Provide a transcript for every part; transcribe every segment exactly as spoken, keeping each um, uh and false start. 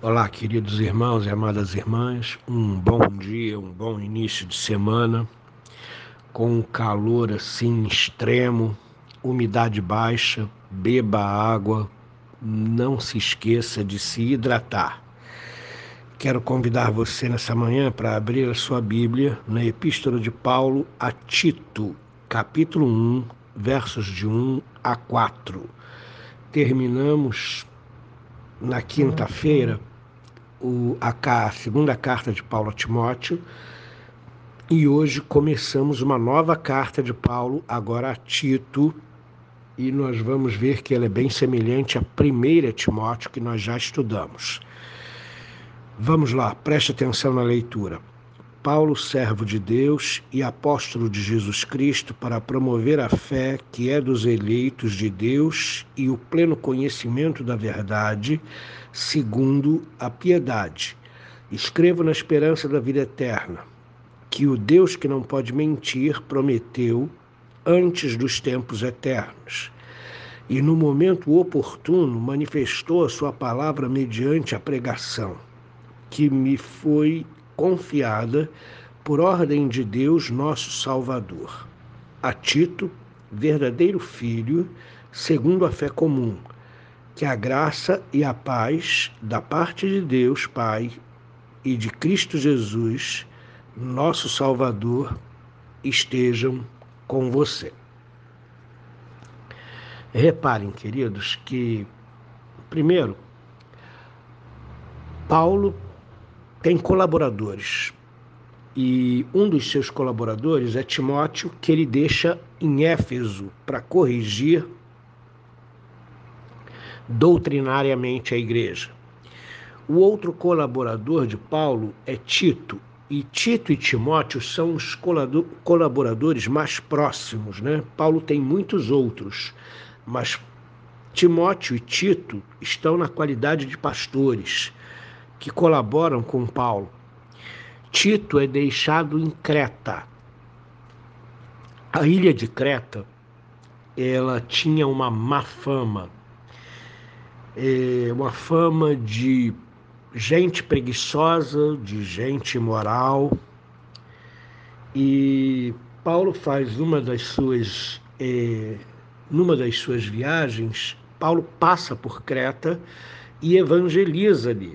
Olá, queridos irmãos e amadas irmãs, um bom dia, um bom início de semana, com um calor assim extremo, umidade baixa, beba água, não se esqueça de se hidratar. Quero convidar você nessa manhã para abrir a sua Bíblia na Epístola de Paulo a Tito, capítulo um, versos de um a quatro. Terminamos na quinta-feira O, a, a segunda carta de Paulo a Timóteo, e hoje começamos uma nova carta de Paulo, agora a Tito, e nós vamos ver que ela é bem semelhante à primeira Timóteo que nós já estudamos. Vamos lá, preste atenção na leitura. Paulo, servo de Deus e apóstolo de Jesus Cristo, para promover a fé que é dos eleitos de Deus e o pleno conhecimento da verdade, segundo a piedade. Escrevo na esperança da vida eterna, que o Deus que não pode mentir prometeu antes dos tempos eternos, e no momento oportuno manifestou a sua palavra mediante a pregação, que me foi confiada por ordem de Deus, nosso Salvador. A Tito, verdadeiro filho, segundo a fé comum, que a graça e a paz da parte de Deus, Pai, e de Cristo Jesus, nosso Salvador, estejam com você. Reparem, queridos, que, primeiro, Paulo tem colaboradores, e um dos seus colaboradores é Timóteo, que ele deixa em Éfeso para corrigir doutrinariamente a igreja. O outro colaborador de Paulo é Tito, e Tito e Timóteo são os colaboradores mais próximos, né? Paulo tem muitos outros, mas Timóteo e Tito estão na qualidade de pastores que colaboram com Paulo. Tito é deixado em Creta. A ilha de Creta, ela tinha uma má fama, é, uma fama de gente preguiçosa, de gente imoral, e Paulo faz uma das suas, é, numa das suas viagens, Paulo passa por Creta e evangeliza ali.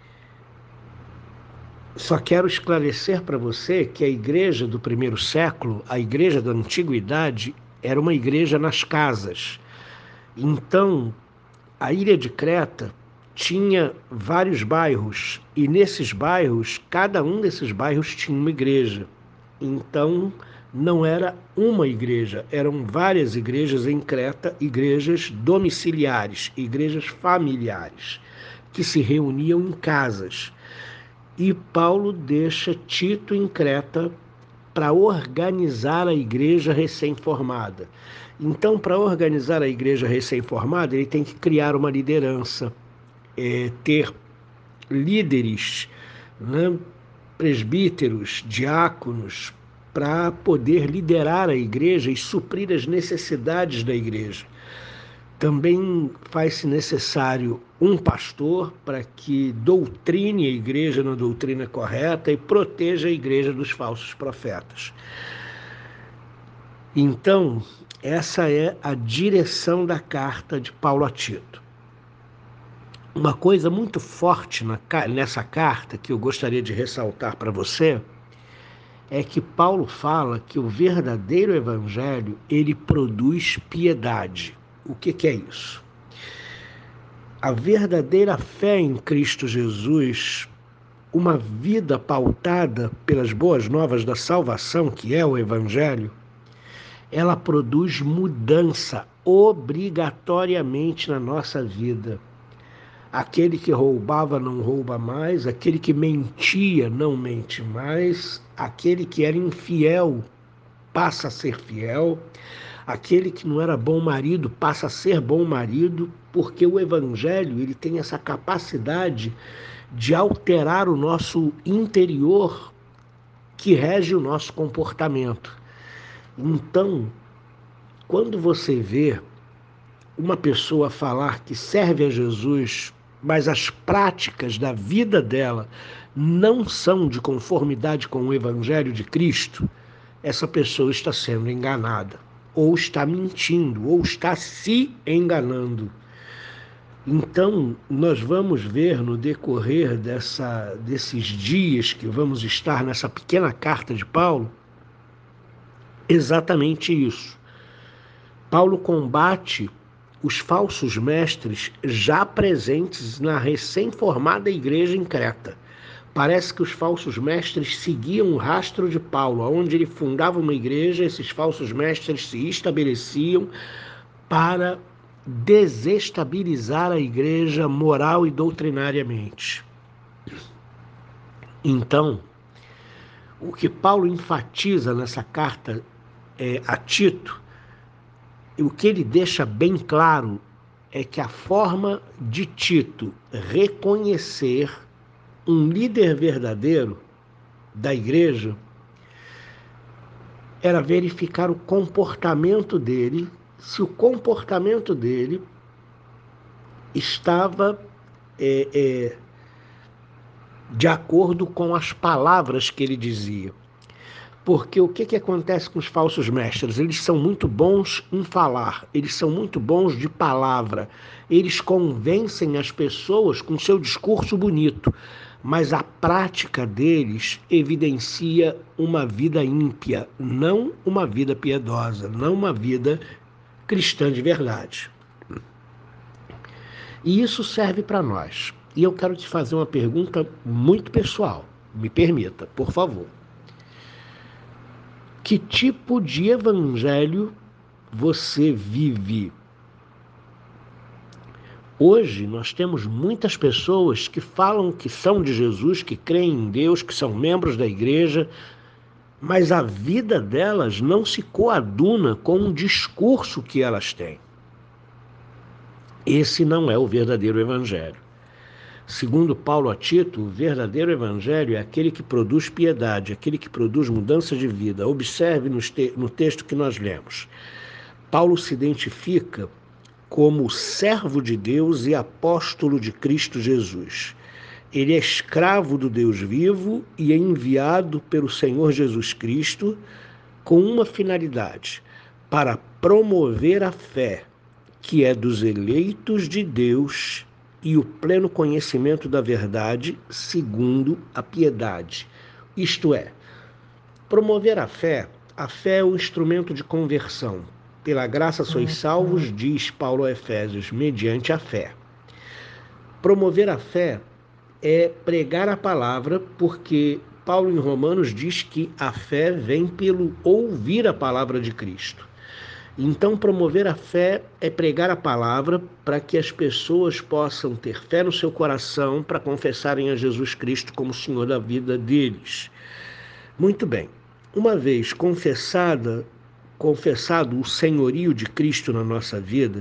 Só quero esclarecer para você que a igreja do primeiro século, a igreja da antiguidade, era uma igreja nas casas. Então, a ilha de Creta tinha vários bairros, e nesses bairros, cada um desses bairros tinha uma igreja. Então, não era uma igreja, eram várias igrejas em Creta, igrejas domiciliares, igrejas familiares, que se reuniam em casas. E Paulo deixa Tito em Creta para organizar a igreja recém-formada. Então, para organizar a igreja recém-formada, ele tem que criar uma liderança, é, ter líderes, né, presbíteros, diáconos, para poder liderar a igreja e suprir as necessidades da igreja. Também faz-se necessário um pastor para que doutrine a igreja na doutrina correta e proteja a igreja dos falsos profetas. Então, essa é a direção da carta de Paulo a Tito. Uma coisa muito forte na, nessa carta que eu gostaria de ressaltar para você é que Paulo fala que o verdadeiro evangelho, ele produz piedade. O que, que é isso? A verdadeira fé em Cristo Jesus, uma vida pautada pelas boas novas da salvação, que é o evangelho, ela produz mudança obrigatoriamente na nossa vida. Aquele que roubava não rouba mais, aquele que mentia não mente mais, aquele que era infiel passa a ser fiel, aquele que não era bom marido passa a ser bom marido, porque o evangelho ele tem essa capacidade de alterar o nosso interior que rege o nosso comportamento. Então, quando você vê uma pessoa falar que serve a Jesus mas as práticas da vida dela não são de conformidade com o Evangelho de Cristo, essa pessoa está sendo enganada, ou está mentindo, ou está se enganando. Então, nós vamos ver no decorrer dessa, desses dias que vamos estar nessa pequena carta de Paulo, exatamente isso. Paulo combate os falsos mestres já presentes na recém-formada igreja em Creta. Parece que os falsos mestres seguiam o rastro de Paulo, onde ele fundava uma igreja, esses falsos mestres se estabeleciam para desestabilizar a igreja moral e doutrinariamente. Então, o que Paulo enfatiza nessa carta é, a Tito, o que ele deixa bem claro é que a forma de Tito reconhecer um líder verdadeiro da igreja era verificar o comportamento dele, se o comportamento dele estava é, é, de acordo com as palavras que ele dizia. Porque o que, que acontece com os falsos mestres? Eles são muito bons em falar, eles são muito bons de palavra, eles convencem as pessoas com seu discurso bonito, mas a prática deles evidencia uma vida ímpia, não uma vida piedosa, não uma vida cristã de verdade. E isso serve para nós. E eu quero te fazer uma pergunta muito pessoal, me permita, por favor. Que tipo de evangelho você vive? Hoje nós temos muitas pessoas que falam que são de Jesus, que creem em Deus, que são membros da igreja, mas a vida delas não se coaduna com o discurso que elas têm. Esse não é o verdadeiro evangelho. Segundo Paulo a Tito, o verdadeiro evangelho é aquele que produz piedade, aquele que produz mudança de vida. Observe no texto que nós lemos. Paulo se identifica como servo de Deus e apóstolo de Cristo Jesus. Ele é escravo do Deus vivo e é enviado pelo Senhor Jesus Cristo com uma finalidade, para promover a fé, que é dos eleitos de Deus, e o pleno conhecimento da verdade segundo a piedade. Isto é, promover a fé. A fé é o instrumento de conversão. Pela graça sois salvos, diz Paulo a Efésios, mediante a fé. Promover a fé é pregar a palavra, porque Paulo em Romanos diz que a fé vem pelo ouvir a palavra de Cristo. Então, promover a fé é pregar a palavra para que as pessoas possam ter fé no seu coração para confessarem a Jesus Cristo como Senhor da vida deles. Muito bem. Uma vez confessada, confessado o senhorio de Cristo na nossa vida,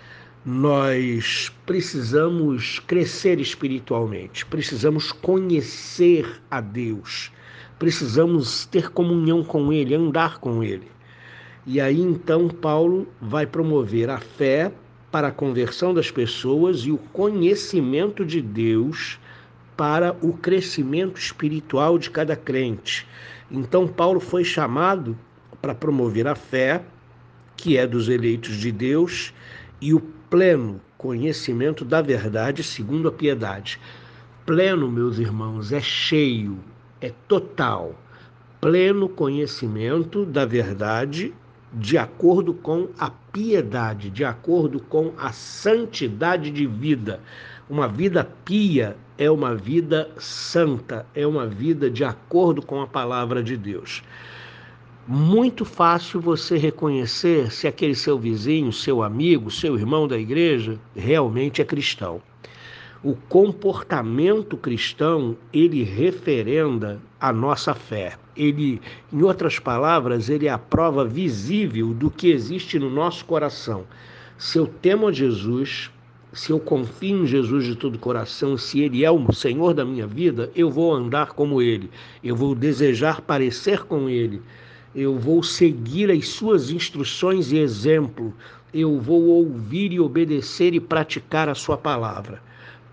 nós precisamos crescer espiritualmente, precisamos conhecer a Deus, precisamos ter comunhão com Ele, andar com Ele. E aí, então, Paulo vai promover a fé para a conversão das pessoas e o conhecimento de Deus para o crescimento espiritual de cada crente. Então, Paulo foi chamado para promover a fé, que é dos eleitos de Deus, e o pleno conhecimento da verdade segundo a piedade. Pleno, meus irmãos, é cheio, é total. Pleno conhecimento da verdade de acordo com a piedade, de acordo com a santidade de vida. Uma vida pia é uma vida santa, é uma vida de acordo com a palavra de Deus. Muito fácil você reconhecer se aquele seu vizinho, seu amigo, seu irmão da igreja realmente é cristão. O comportamento cristão, ele referenda a nossa fé. Ele, em outras palavras, ele é a prova visível do que existe no nosso coração. Se eu temo a Jesus, se eu confio em Jesus de todo o coração, se Ele é o Senhor da minha vida, eu vou andar como Ele, eu vou desejar parecer com Ele, eu vou seguir as suas instruções e exemplo, eu vou ouvir e obedecer e praticar a sua palavra.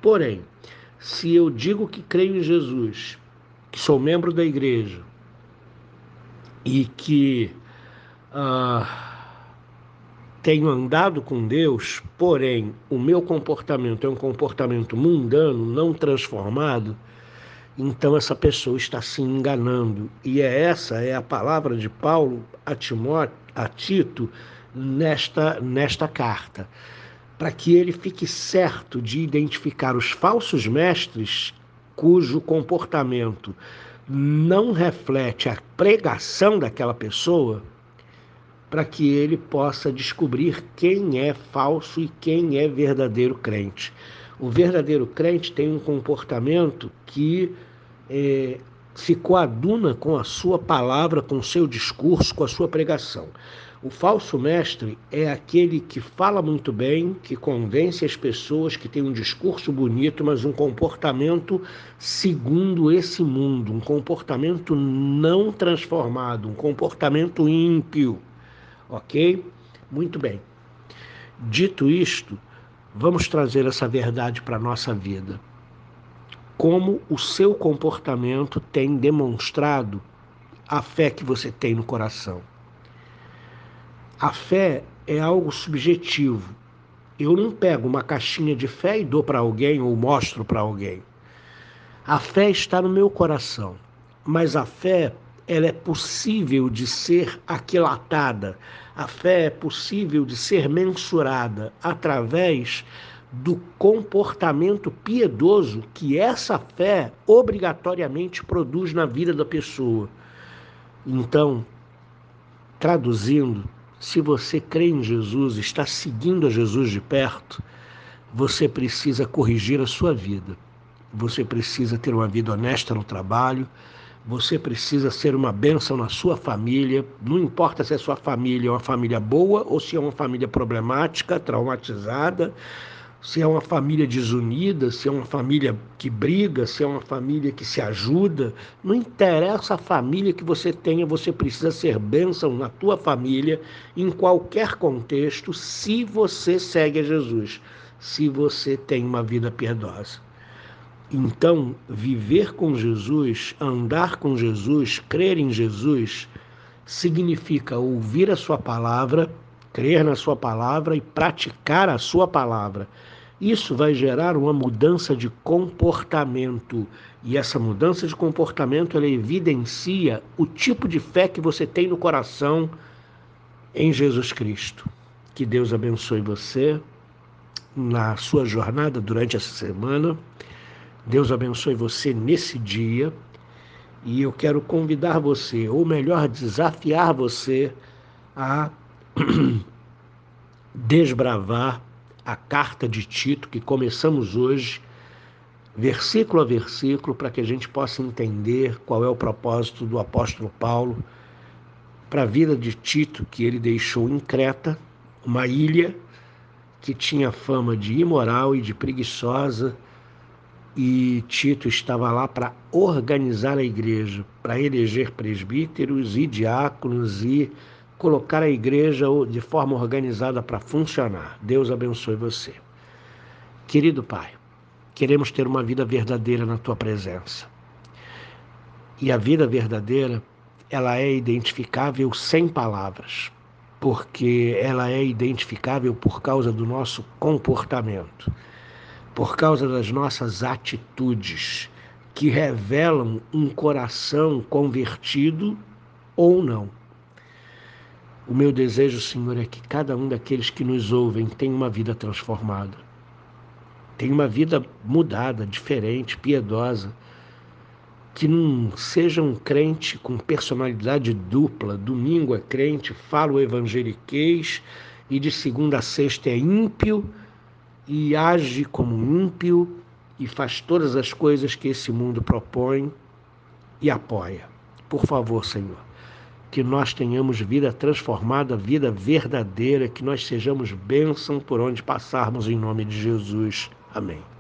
Porém, se eu digo que creio em Jesus, que sou membro da igreja e que ah, tenho andado com Deus, porém o meu comportamento é um comportamento mundano, não transformado, então essa pessoa está se enganando. E é essa é a palavra de Paulo a Timóteo, a Tito, nesta, nesta carta, para que ele fique certo de identificar os falsos mestres cujo comportamento não reflete a pregação daquela pessoa, para que ele possa descobrir quem é falso e quem é verdadeiro crente. O verdadeiro crente tem um comportamento que é, se coaduna com a sua palavra, com o seu discurso, com a sua pregação. O falso mestre é aquele que fala muito bem, que convence as pessoas, que tem um discurso bonito, mas um comportamento segundo esse mundo, um comportamento não transformado, um comportamento ímpio. Ok? Muito bem. Dito isto, vamos trazer essa verdade para a nossa vida. Como o seu comportamento tem demonstrado a fé que você tem no coração. A fé é algo subjetivo. Eu não pego uma caixinha de fé e dou para alguém ou mostro para alguém. A fé está no meu coração, mas a fé ela é possível de ser aquilatada, a fé é possível de ser mensurada através do comportamento piedoso que essa fé obrigatoriamente produz na vida da pessoa. Então, traduzindo, se você crê em Jesus, está seguindo a Jesus de perto, você precisa corrigir a sua vida. Você precisa ter uma vida honesta no trabalho, você precisa ser uma bênção na sua família, não importa se a sua família é uma família boa ou se é uma família problemática, traumatizada, se é uma família desunida, se é uma família que briga, se é uma família que se ajuda, não interessa a família que você tenha, você precisa ser bênção na tua família, em qualquer contexto, se você segue a Jesus, se você tem uma vida piedosa. Então, viver com Jesus, andar com Jesus, crer em Jesus, significa ouvir a sua palavra, crer na sua palavra e praticar a sua palavra. Isso vai gerar uma mudança de comportamento. E essa mudança de comportamento, ela evidencia o tipo de fé que você tem no coração em Jesus Cristo. Que Deus abençoe você na sua jornada durante essa semana. Deus abençoe você nesse dia. E eu quero convidar você, ou melhor, desafiar você a desbravar a carta de Tito, que começamos hoje, versículo a versículo, para que a gente possa entender qual é o propósito do apóstolo Paulo para a vida de Tito, que ele deixou em Creta, uma ilha que tinha fama de imoral e de preguiçosa, e Tito estava lá para organizar a igreja, para eleger presbíteros e diáconos e colocar a igreja de forma organizada para funcionar. Deus abençoe você. Querido Pai, queremos ter uma vida verdadeira na Tua presença. E a vida verdadeira, ela é identificável sem palavras, porque ela é identificável por causa do nosso comportamento, por causa das nossas atitudes, que revelam um coração convertido ou não. O meu desejo, Senhor, é que cada um daqueles que nos ouvem tenha uma vida transformada, tenha uma vida mudada, diferente, piedosa, que não seja um crente com personalidade dupla, domingo é crente, fala o evangeliquez e de segunda a sexta é ímpio e age como ímpio e faz todas as coisas que esse mundo propõe e apoia. Por favor, Senhor, que nós tenhamos vida transformada, vida verdadeira, que nós sejamos bênção por onde passarmos em nome de Jesus. Amém.